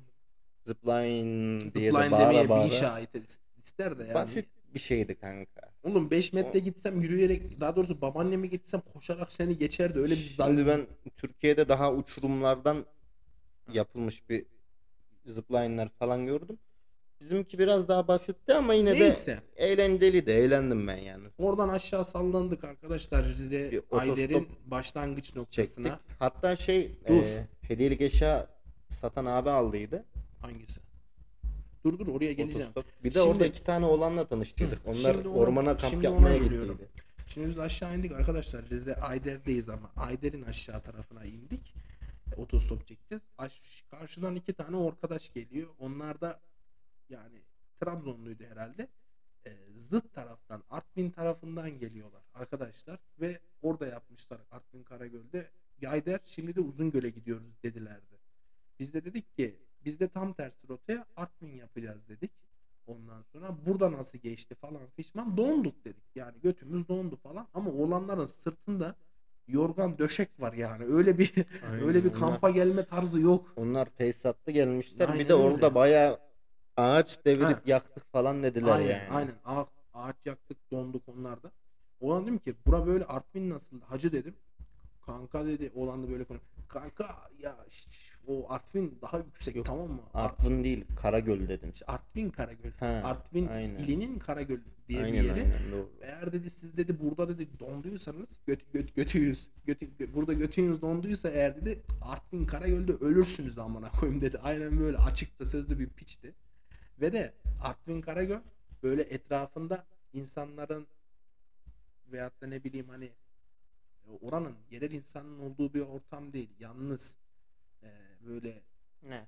Zipline diye de Zipline bağıra demeye bir bağıra. şahit ister de yani. Basit bir şeydi kanka. Oğlum beş metre O- gitsem yürüyerek, daha doğrusu babaannemi gitsem koşarak seni geçerdi, öyle bir Şimdi ben Türkiye'de daha uçurumlardan yapılmış bir zipline'ler falan gördüm. Bizimki biraz daha basitti ama yine Neyse. de eğlenceli de eğlendim ben yani. Oradan aşağı sallandık arkadaşlar, Rize Bir otostop Ayder'in başlangıç Çektik. noktasına. Hatta şey Dur. e, hediyelik eşya satan abi aldıydı. Hangisi? Dur dur oraya geleceğim. Otostop. Bir de Şimdi- orada iki tane oğlanla tanıştıydık. Hı, Onlar şimdi ona- ormana kamp şimdi ona yapmaya geliyorum. gittiydi. Şimdi biz aşağı indik arkadaşlar. Rize Ayder'deyiz ama Ayder'in aşağı tarafına indik. E, otostop çekeceğiz. Aş- karşıdan iki tane arkadaş geliyor. Onlar da yani Trabzonluydu herhalde. E, zıt taraftan, Artvin tarafından geliyorlar arkadaşlar ve orada yapmışlar Artvin Karagöl'de. Ayder şimdi de Uzungöl'e gidiyoruz dedilerdi. Biz de dedik ki biz de tam tersi rotaya Artvin yapacağız dedik. Ondan sonra burada nasıl geçti falan fişman, donduk dedik. Yani götümüz dondu falan ama oğlanların sırtında yorgan döşek var yani. Öyle bir Aynen, öyle bir onlar- kampa gelme tarzı yok. Onlar tesisatlı gelmişler. Aynen bir de orada öyle. bayağı ağaç devirip Ha. yaktık falan dediler Aynen yani. aynen. Ağa- ağaç yaktık, donduk onlarda. Oğlan dedim ki bura böyle Artvin nasıl hacı dedim. Kanka dedi, oğlan da böyle konuşuyor. Kanka ya şş, o Artvin daha yüksek, Yok, tamam mı? Artvin değil Karagöl dedin. İşte Artvin Karagöl. Ha, Artvin aynen. ilinin Karagöl diye Aynen bir yeri. aynen doğru. Eğer dedi siz dedi burada dedi donduysanız göt, göt, götüyüz. Götü, gö- burada götünüz donduysa eğer dedi Artvin Karagöl'de ölürsünüz de amına koyayım dedi. Aynen böyle açıkta sözlü bir piçti. Ve de Artvin Karagöl böyle etrafında insanların veyahut da ne bileyim hani oranın yerel insanın olduğu bir ortam değil. Yalnız e, böyle Ne?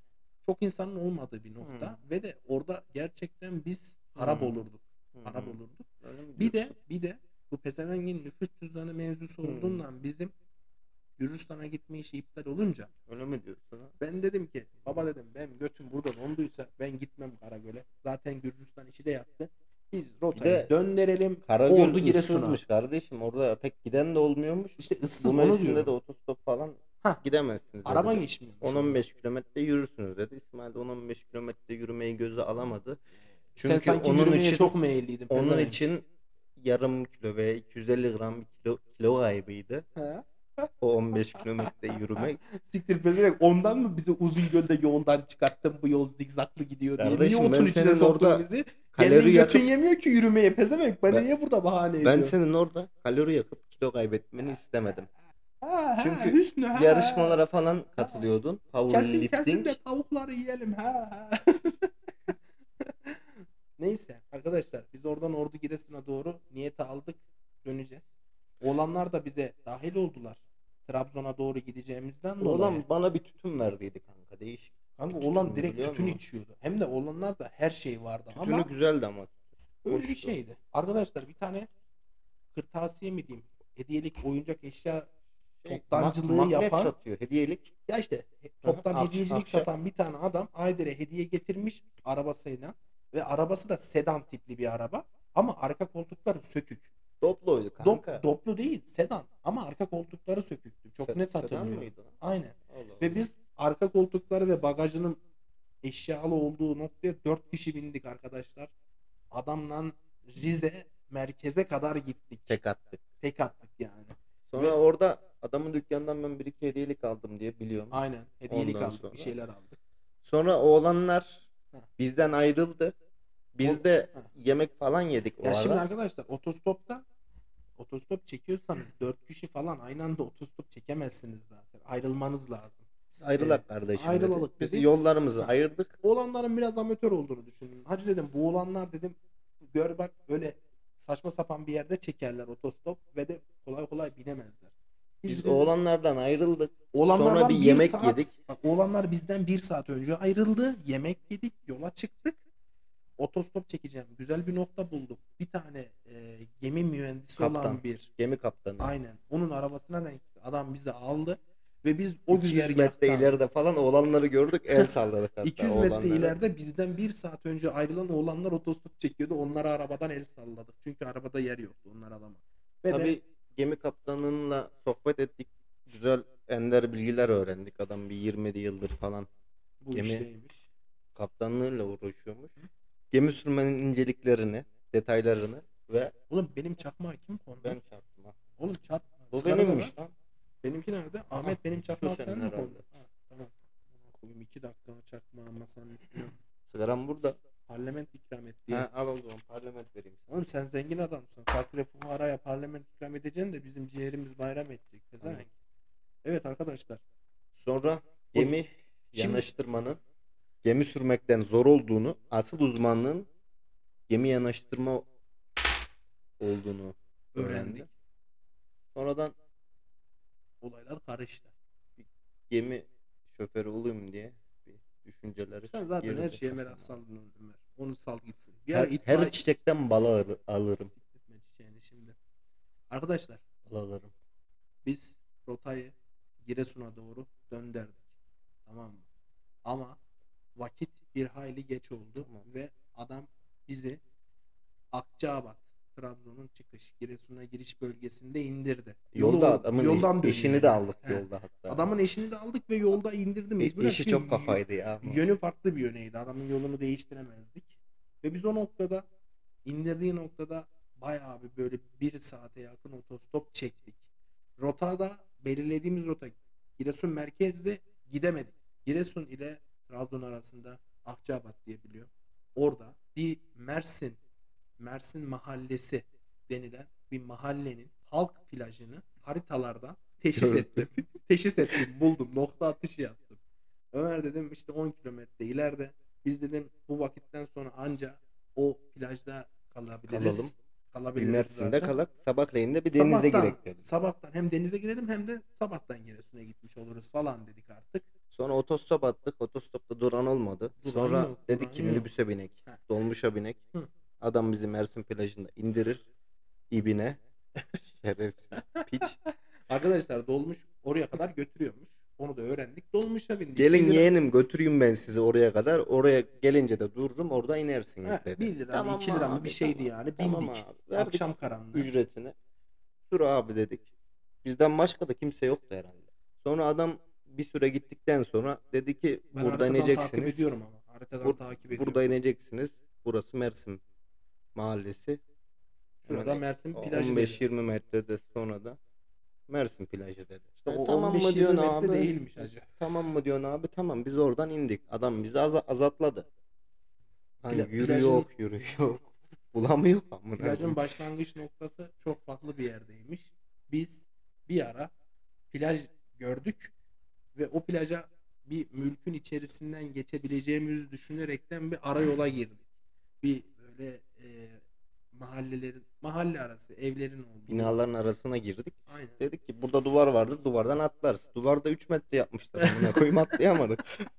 çok insanın olmadığı bir nokta Hı. ve de orada gerçekten biz harap Hı. olurduk. Hı Harap hı. olurduk. Öyle mi Bir de diyorsun? bir de bu pezevengin nüfus cüzdanı mevzusu Hı. olduğundan bizim Gürcistan'a gitme işi iptal olunca Öyle mi diyorsun ha? ben dedim ki baba dedim benim götüm burada donduysa ben gitmem Karagöl'e. Zaten Gürcistan işi de yattı. Biz Bir rotayı de döndürelim Karagöl Ordu Giresun'a. ıssızmış kardeşim. Orada pek giden de olmuyormuş. İşte Bu ıssız onu mevsimde de diyorum. otostop falan Hah, gidemezsiniz araba dedi. geçmiyormuş orada. on on beş kilometre yürürsünüz dedi. İsmail de on on beş kilometre yürümeyi göze alamadı. Sen Çünkü sanki onun yürümeye için çok meyilliydin onun pezevenk. için yarım kilo ve iki yüz elli gram bir kilo, kilo kaybıydı. Ha? O on beş kilometre yürümek. Siktir pezevenk ondan mı bizi Uzungöl'de yoldan çıkarttın bu yol zigzaklı gidiyor diye. Niye Kardeşim ben otun içine senin soktun orada bizi? kalori Kendin götün yakıp yemiyor ki yürümeye pezevenk. Bana ben, niye burada bahane ben ediyorsun? senin orada kalori yakıp kilo kaybetmeni istemedim. Ha ha Çünkü Hüsnü ha yarışmalara falan ha. katılıyordun. Kesin kesin Powerlifting. de tavukları yiyelim ha ha. Neyse arkadaşlar biz oradan Ordu Giresun'a doğru niyete aldık döneceğiz. Oğlanlar da bize dahil oldular. Trabzon'a doğru gideceğimizden dolayı. Oğlan bana bir tütün verdiydi kanka. Değişik. Kanka Bir oğlan tütündü, direkt biliyor tütün musun? içiyordu. Hem de oğlanlar da her şey vardı Tütünü ama güzeldi ama. öyle bir Hoştu. şeydi. Arkadaşlar bir tane kırtasiye mi diyeyim? Hediyelik oyuncak eşya Şey, toptancılığı ma- magnet yapan satıyor. Hediyelik. ya işte he- Hı hı, toptan akş- hediyecilik akşam. satan bir tane adam Ayder'e hediye getirmiş arabasıyla ve arabası da sedan tipli bir araba ama arka koltukları sökük. Doblo'ydu Dop, kanka. doplu değil sedan ama arka koltukları söküktü. Çok Se- net sedan hatırlıyorum. mıydı lan? Aynen. Allah Allah. Ve biz arka koltukları ve bagajının eşyalı olduğu noktaya dört kişi bindik arkadaşlar. Adamla Rize merkeze kadar gittik. Tek attık. Tek attık yani. Sonra Ve- orada adamın dükkanından ben bir iki hediyelik aldım diye biliyorum. Aynen. Hediyelik Ondan aldık. sonra- Bir şeyler aldık. Sonra oğlanlar Heh. bizden ayrıldı. Biz O- de Heh. yemek falan yedik o Ya ara. şimdi arkadaşlar otostopta otostop çekiyorsanız dört kişi falan aynı anda otostop çekemezsiniz zaten. Ayrılmanız lazım. Ayrılak Ee, kardeşim ayrılalık dedi. Biz dedi. yollarımızı Ha. ayırdık. Oğlanların biraz amatör olduğunu düşündüm. Hacı dedim bu oğlanlar dedim gör bak öyle saçma sapan bir yerde çekerler otostop ve de kolay kolay binemezler. Biz Rize- oğlanlardan ayrıldık. Oğlanlardan Sonra bir yemek saat, yedik. Bak, oğlanlar bizden bir saat önce ayrıldı. Yemek yedik. Yola çıktık. Otostop çekeceğim. Güzel bir nokta bulduk. Bir tane e, gemi mühendisi Kaptan. olan bir. Gemi kaptanı. Aynen. Onun arabasına denk adam bizi aldı. Ve biz o o iki yüz metre güzergahtan ileride falan oğlanları gördük. El salladık hatta iki yüz metre oğlanlara. ileride bizden bir saat önce ayrılan oğlanlar otostop çekiyordu. Onlara arabadan el salladık. Çünkü arabada yer yoktu. Onlar alamaz. Ve Tabii de gemi kaptanınla sohbet ettik. Güzel ender bilgiler öğrendik. Adam bir yirmi yıldır falan bu gemi- işteymiş. kaptanlığıyla uğraşıyormuş. Gemi sürmenin inceliklerini, detaylarını ve Oğlum benim çakmağı kim kondu? ben çarptım ha. Oğlum çarpma. Bu Sigara da var. benimmiş lan. Benimki nerede? Ahmet benim çakmağı senin sen mi herhalde. koydun? Ha, tamam. Tamam, koyayım iki dakika çakmağı masanın üstüne. Sigaram burada. Parlament ikram et diye. Ha, al o zaman parlament vereyim sana. Oğlum sen zengin adamsın. Fakire fukaraya parlament ikram edeceksin de bizim ciğerimiz bayram edecek. Pezevenk. Aynen. Evet arkadaşlar. Sonra gemi Şimdi- yanaştırmanın gemi sürmekten zor olduğunu, asıl uzmanlığın gemi yanaştırma olduğunu Öğrendik. öğrendik. Sonradan Olaylar karıştı. gemi şoförü olayım diye bir düşünceleri Sen zaten her girdi şeye merak kafama. saldın Ömer. Onu sal gitsin. Bir Her, ara itfaiye- her çiçekten bal alır- alırım. Sikletme çiçeğini şimdi. Arkadaşlar Bal alırım. biz rotayı Giresun'a doğru döndürdük. Tamam mı? Ama vakit bir hayli geç oldu Tamam. ve adam bizi Akçaabat, Trabzon'un çıkış, Giresun'a giriş bölgesinde indirdi. Yolda Yolu- adamın yoldan eş- eşini dönüyor de yani. aldık He. yolda hatta. Adamın eşini de aldık ve yolda indirdi E- mecburen. eşi Çünkü çok kafaydı ya. ama. Yönü farklı bir yöneydi. Adamın yolunu değiştiremezdik. Ve biz o noktada indirdiği noktada bayağı bir böyle bir saate yakın otostop çektik. Rotada belirlediğimiz rota Giresun merkezde gidemedik. Giresun ile Trabzon arasında Akçaabat diye biliyor. Orada bir Mersin Mersin Mahallesi denilen bir mahallenin halk plajını haritalardan teşhis Gördüm. ettim. Teşhis ettim, buldum. Nokta atışı yaptım. Ömer dedim işte on kilometre ileride. Biz dedim bu vakitten sonra anca o plajda kalabiliriz. Kalalım. Kalabiliriz Bir Mersin'de zaten. kalak, sabahleyin de bir denize Sabahtan- girek dedik. Sabahtan hem denize girelim hem de sabahtan Giresun'a gitmiş oluruz falan dedik artık. Sonra otostop attık. Otostopta duran olmadı. Duran Sonra yok, dedik duran ki yok. minibüse binek. Heh. Dolmuşa binek. Hı. Adam bizi Mersin plajında indirir. İbine. Şerefsiz piç. Arkadaşlar dolmuş oraya kadar götürüyormuş. Onu da öğrendik. Dolmuşa bindik. Gelin Bir lira- yeğenim götüreyim ben sizi oraya kadar. Oraya gelince de dururum orada inersiniz Heh, dedi. bir lira mı Tamam iki lira mı abi, bir şeydi tamam. yani. Tamam Bindik. abi. Verdik Akşam karanlığı. ücretini. Dur abi dedik. Bizden başka da kimse yoktu herhalde. Sonra adam bir süre gittikten sonra dedi ki Ben burada haritadan takip ineceksiniz. ediyorum ama. Haritadan Bur- takip ediyorum. burada ineceksiniz. Burası Mersin mahallesi. Şurada Hemen Mersin plajı on beş dedi. yirmi metrede sonra da Mersin plajı dedi. İşte E, o tamam on beş mı yirmi diyorsun metre abi? değilmiş hacı. Tamam mı diyorsun abi? Tamam biz oradan indik. Adam bizi az azatladı. Hani Pla- yürü plajın- yok yürü yok. Bulamıyor amına Plajın koyayım. başlangıç noktası çok farklı bir yerdeymiş. Biz bir ara plaj gördük ve o plaja bir mülkün içerisinden geçebileceğimizi düşünerekten bir ara yola girdik. Bir böyle e, mahallelerin mahalle arası evlerin olduğu. Binaların arasına girdik. Aynen. Dedik ki burada duvar vardır. Duvardan atlarız. Duvarda üç metre yapmışlar. Amına koyayım atlayamadık.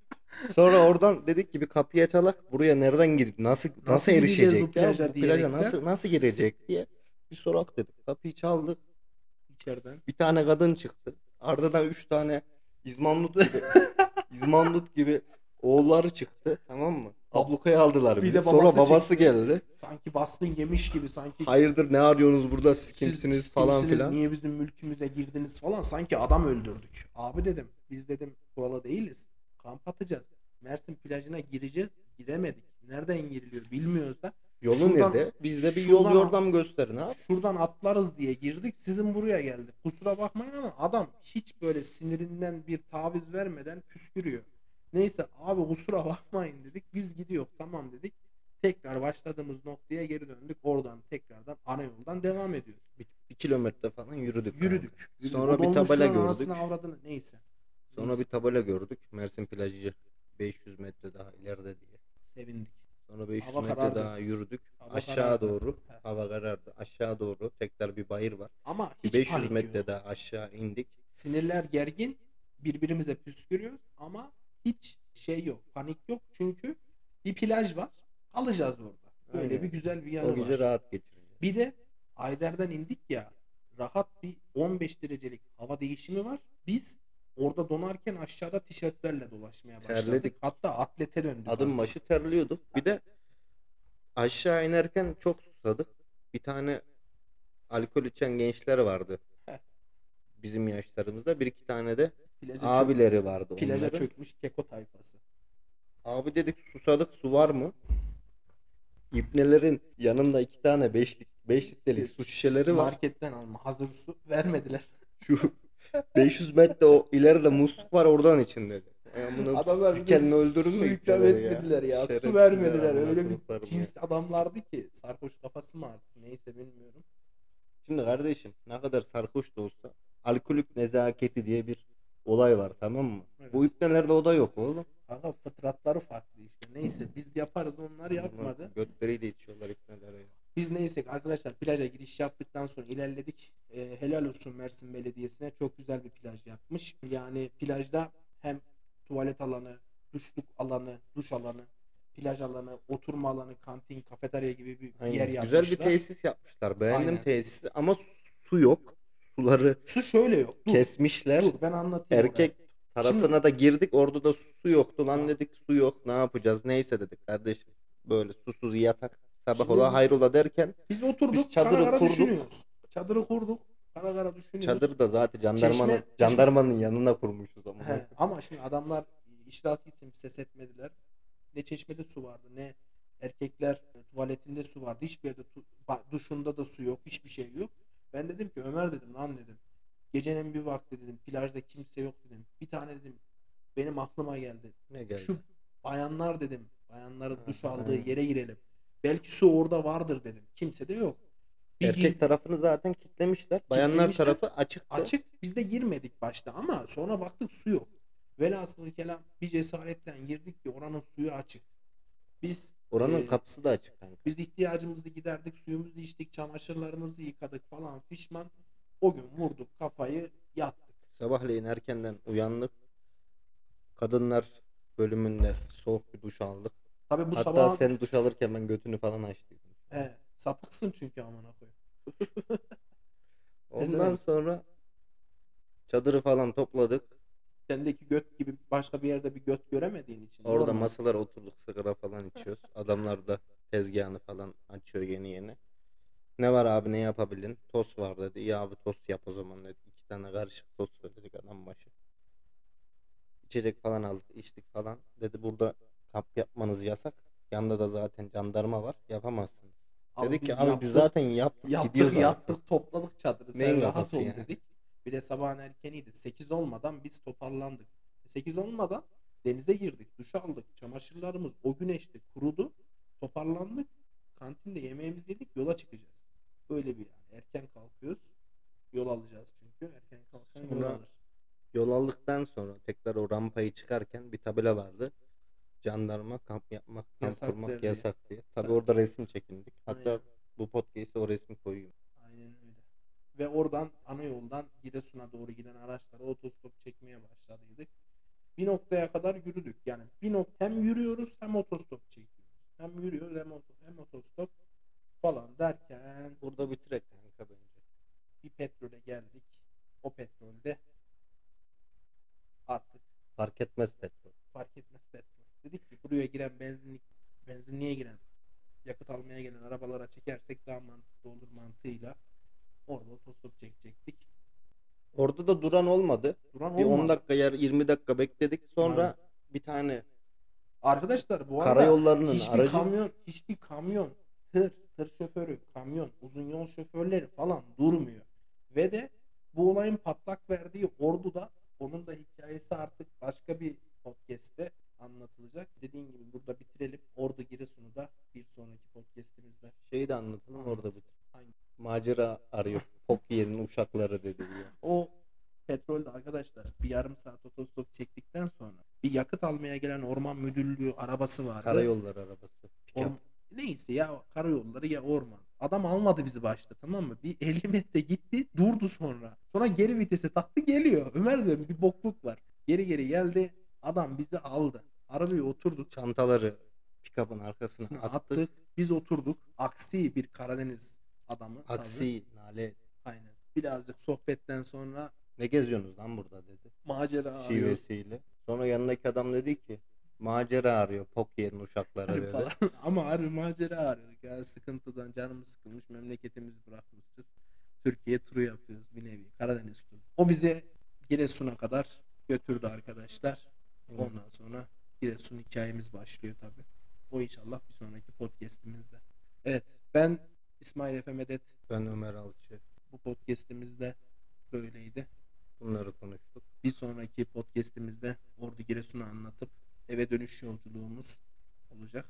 Sonra oradan dedik ki bir kapıya çalak. Buraya nereden gidip nasıl nasıl, Nasıl gideceğiz bu erişecek ya? plaja Bu plaja diyerekten. nasıl nasıl girecek diye bir sorak dedik. Kapıyı çaldık. İçeriden. Bir tane kadın çıktı. Ardından üç tane İzmandut gibi İzmandut gibi oğulları çıktı. Tamam mı? Ablukaya aldılar Bir bizi. de Sonra babası babası çıktı. geldi. Sanki baskın yemiş gibi sanki. Hayırdır ne arıyorsunuz burada siz Siz kimsiniz falan kimsiniz, filan. niye bizim mülkümüze girdiniz falan, sanki adam öldürdük. Abi dedim, biz dedim buralı değiliz. Kamp atacağız. Mersin plajına gireceğiz. Giremedik. Nereden giriliyor bilmiyoruz da. Yolu Şuradan- nerede? Bize bir yol şuradan- yordam gösterin abi. Şuradan atlarız diye girdik. Sizin buraya geldik. Kusura bakmayın ama adam hiç böyle sinirinden bir taviz vermeden püskürüyor. Neyse abi kusura bakmayın dedik. Biz gidiyor tamam dedik. Tekrar başladığımız noktaya geri döndük. Oradan tekrardan ana yoldan devam ediyoruz. Bir, bir kilometre falan yürüdük. Yürüdük. kanka. Yürüdük. Sonra O bir tabela dolmuşların gördük. anasını avradını neyse. Sonra Neyse. bir tabela gördük. Mersin plajı beş yüz metre daha ileride diye. Sevindik. Sonra beş yüz Hava metre karardı. daha yürüdük. Hava Aşağı karardı. doğru. He. Hava karardı. Aşağı doğru tekrar bir bayır var. Ama Bir hiç beş yüz panik metre yok. daha aşağı indik. Sinirler gergin. Birbirimize püskürüyoruz ama hiç şey yok. Panik yok. Çünkü bir plaj var. Kalacağız orada. Böyle Aynen. bir güzel bir yanı O gece var. rahat geçireceğiz. Bir de Ayder'den indik ya. Rahat bir on beş derecelik hava değişimi var. Biz orada donarken aşağıda tişörtlerle dolaşmaya başladık. Terledik. Hatta atlete döndük. Adım artık. başı terliyorduk. Bir de aşağı inerken çok susadık. Bir tane alkol içen gençler vardı. Heh. Bizim yaşlarımızda. Bir iki tane de Plaja abileri vardı çök- plaja onların. çökmüş keko tayfası. Abi dedik susadık su var mı? İbnelerin yanında iki tane beşlik beş litrelik su şişeleri var. Marketten alma hazır su vermediler. Şu beş yüz metre o ileride musluk var oradan için dedi. Adamlar Adamlar bizi bize kendini öldürür su mü ikram ipneleri etmediler ya. Su Şerefsizler, vermediler. amına Öyle bir koyduklarım ya. cins adamlardı ki. Sarhoş kafası mı artık neyse bilmiyorum. Şimdi kardeşim ne kadar sarhoş da olsa alkolik nezaketi diye bir olay var tamam mı? Evet. Bu ipnelerde o da yok oğlum. Ama fıtratları farklı işte. Neyse biz yaparız, onlar yapmadı. Bunlar götleriyle içiyorlar ipnelere ya. Biz neyse arkadaşlar plaja giriş yaptıktan sonra ilerledik. Ee, helal olsun Mersin Belediyesi'ne, çok güzel bir plaj yapmış. Yani plajda hem tuvalet alanı, duşluk alanı, duş alanı, plaj alanı, oturma alanı, kantin, kafeterya gibi bir Aynen. yer yapmışlar. Güzel bir tesis yapmışlar. Beğendim Aynen. tesisi ama su yok. Suları Su şöyle yok. Dur, kesmişler. dur ben anlatayım. Erkek orayı. tarafına Şimdi- da girdik orada da su yoktu lan Ha. dedik su yok ne yapacağız neyse dedik kardeşim böyle susuz yatak sabah Şimdi- ola hayrola derken Biz oturduk, Biz çadırı kara kara kurduk. düşünüyoruz. Çadırı kurduk, kara kara düşünüyoruz. çadır da zaten jandarmanın Çeşme- çeşme- jandarmanın yanına kurmuşuz ama. He, ama şimdi adamlar işras gitsin ses etmediler. Ne çeşmede su vardı, ne erkekler e, tuvaletinde su vardı. Hiçbir yerde tu- ba- duşunda da su yok, hiçbir şey yok. Ben dedim ki Ömer dedim lan dedim. Gecenin bir vakti dedim, plajda kimse yok dedim. Bir tane dedim benim aklıma geldi. Ne geldi? Şu bayanlar dedim, bayanların duş Ha, aldığı aynen. yere girelim. Belki su orada vardır dedim. Kimse de yok. Bir Erkek gir- tarafını zaten kitlemişler. Bayanlar Kitlemişler. tarafı açıktı. Açık. Biz de girmedik başta ama sonra baktık su yok. Velhasıl kelam bir cesaretle girdik ki oranın suyu açık. Biz Oranın e, kapısı da açık kanka. biz ihtiyacımızı giderdik, suyumuzu içtik, çamaşırlarımızı yıkadık falan fişman. O gün vurduk kafayı, yattık. Sabahleyin erkenden uyandık. Kadınlar bölümünde soğuk bir duş aldık. Tabii bu Hatta sabah sen duş alırken ben götünü falan açtıydım. he, sapıksın çünkü amına koyayım. Ondan Pezevenk. sonra çadırı falan topladık. Sendeki göt gibi başka bir yerde bir göt göremediğin için Orada normal. masalara oturduk, sigara falan içiyoruz. Adamlar da tezgahını falan açıyor yeni yeni. Ne var abi, ne yapabilin? Tost var dedi. İyi abi, tost yap o zaman dedi. İki tane karışık tost söyledik adam başı. İçecek falan aldık, içtik falan. Dedi burada kamp yapmanız yasak. Yanında da zaten jandarma var. Yapamazsınız. Abi Dedik ki biz abi biz yaptık, zaten yaptık, yaptık, gidiyoruz artık. yattık, topladık çadırı. Neyin Sen rahat kafası ol ya? dedik. Bir de sabahın erkeniydi. Sekiz olmadan biz toparlandık. Sekiz olmadan denize girdik, duş aldık. Çamaşırlarımız o güneşte kurudu. Toparlandık. Kantinde yemeğimizi yedik, yola çıkacağız. Öyle bir yani. Erken kalkıyoruz. Yol alacağız çünkü. Erken kalkan yol Sonra alır. yol aldıktan sonra tekrar o rampayı çıkarken bir tabela vardı. Jandarma kamp yapmak, kamp Yasaktır kurmak diye. yasak diye. Tabii Yasak. orada resim çekindik. Hatta Aynen. bu podcast'e o resmi koyayım. Aynen öyle. Ve oradan ana yoldan Giresun'a doğru giden araçlara otostop çekmeye başladıydık. Bir noktaya kadar yürüdük. Yani bir nok hem yürüyoruz hem otostop çekiyoruz. Hem yürüyoruz hem, oto hem otostop falan derken Burada bitirek kanka bence. bir petrole geldik. O petrolde artık Fark etmez petrol. fark etmez petrol. Dedik ki buraya giren benzinlik benzinliğe giren yakıt almaya gelen arabalara çekersek daha mantıklı olur mantığıyla orada otostop çekecektik. Orada da duran olmadı. Duran Bir on olmadı. dakika yer yirmi dakika bekledik. Sonra Aynen. bir tane Arkadaşlar bu arada karayollarının hiçbir aracı kamyon, hiçbir kamyon, tır, tır şoförü, kamyon, uzun yol şoförleri falan durmuyor. Ve de bu olayın patlak verdiği Ordu'da onun da hikayesi artık başka bir podcast'te anlatılacak. Dediğim gibi burada bitirelim. Ordu Giresun'u da bir sonraki podcast'imizde şeyi de anlatalım anlat. orada bitir. Hangi? Macera arıyor. Pok yerinin uşakları dedi diyor. O petrolde arkadaşlar bir yarım saat otostop çektikten sonra bir yakıt almaya gelen orman müdürlüğü arabası vardı. Karayolları arabası. Pick-up. Orm- Neyse ya karayolları ya orman. Adam almadı bizi başta, tamam mı? Bir elli metre gitti, durdu sonra. Sonra geri vitese taktı, geliyor. Ömer dedim bir bokluk var. Geri geri geldi. Adam bizi aldı. Arabaya oturduk. Çantaları pick-up'ın arkasına Çantasını attık. attık. Biz oturduk. Aksi bir Karadeniz adamı. tabii. Aksi, nale. Aynen. Birazcık sohbetten sonra Ne geziyorsunuz lan burada dedi. macera arıyor Şivesiyle. Sonra yanındaki adam dedi ki macera arıyor. Pok yerin uşakları dedi. falan. Ama harbi macera arıyorduk. Yani sıkıntıdan canımız sıkılmış. Memleketimizi bırakmışız. Türkiye turu yapıyoruz bir nevi. Karadeniz turu. O bizi Giresun'a kadar götürdü arkadaşlar. Ondan sonra Giresun hikayemiz başlıyor tabi. O inşallah bir sonraki podcast'imizde. Evet, ben İsmail Efe Medet. Ben Ömer Alçı. Bu podcast'imizde böyleydi. Bunları konuştuk. Bir sonraki podcast'imizde Ordu Giresun'u anlatıp eve dönüş yolculuğumuz olacak.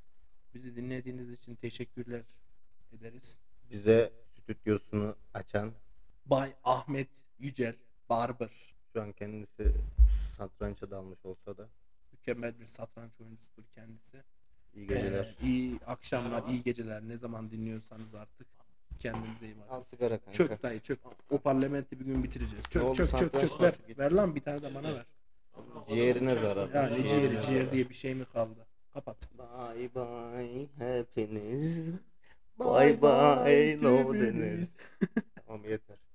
Bizi dinlediğiniz için teşekkürler ederiz. Bize stüdyosunu açan, Bay Ahmet Yücel Barber. şu an kendisi satrança dalmış olsa da Mükemmel bir satranç oyuncusudur kendisi. iyi geceler. Ee, iyi akşamlar, iyi geceler. Ne zaman dinliyorsanız artık. Kendinize iyi Al bakın. sigara kanka. Çök dayı çök. O parlamenti bir gün bitireceğiz. Ne Çök oldu, çök çök satranç çök ver. nasıl gitti? Ver lan bir tane de bana ver. Ciğerine zarar. Ya ne ciğeri, Ciğerine ciğer zarar. diye bir şey mi kaldı? Kapat. Bye bye hepiniz. Bye bye no hepiniz. deniz. Tamam yeter.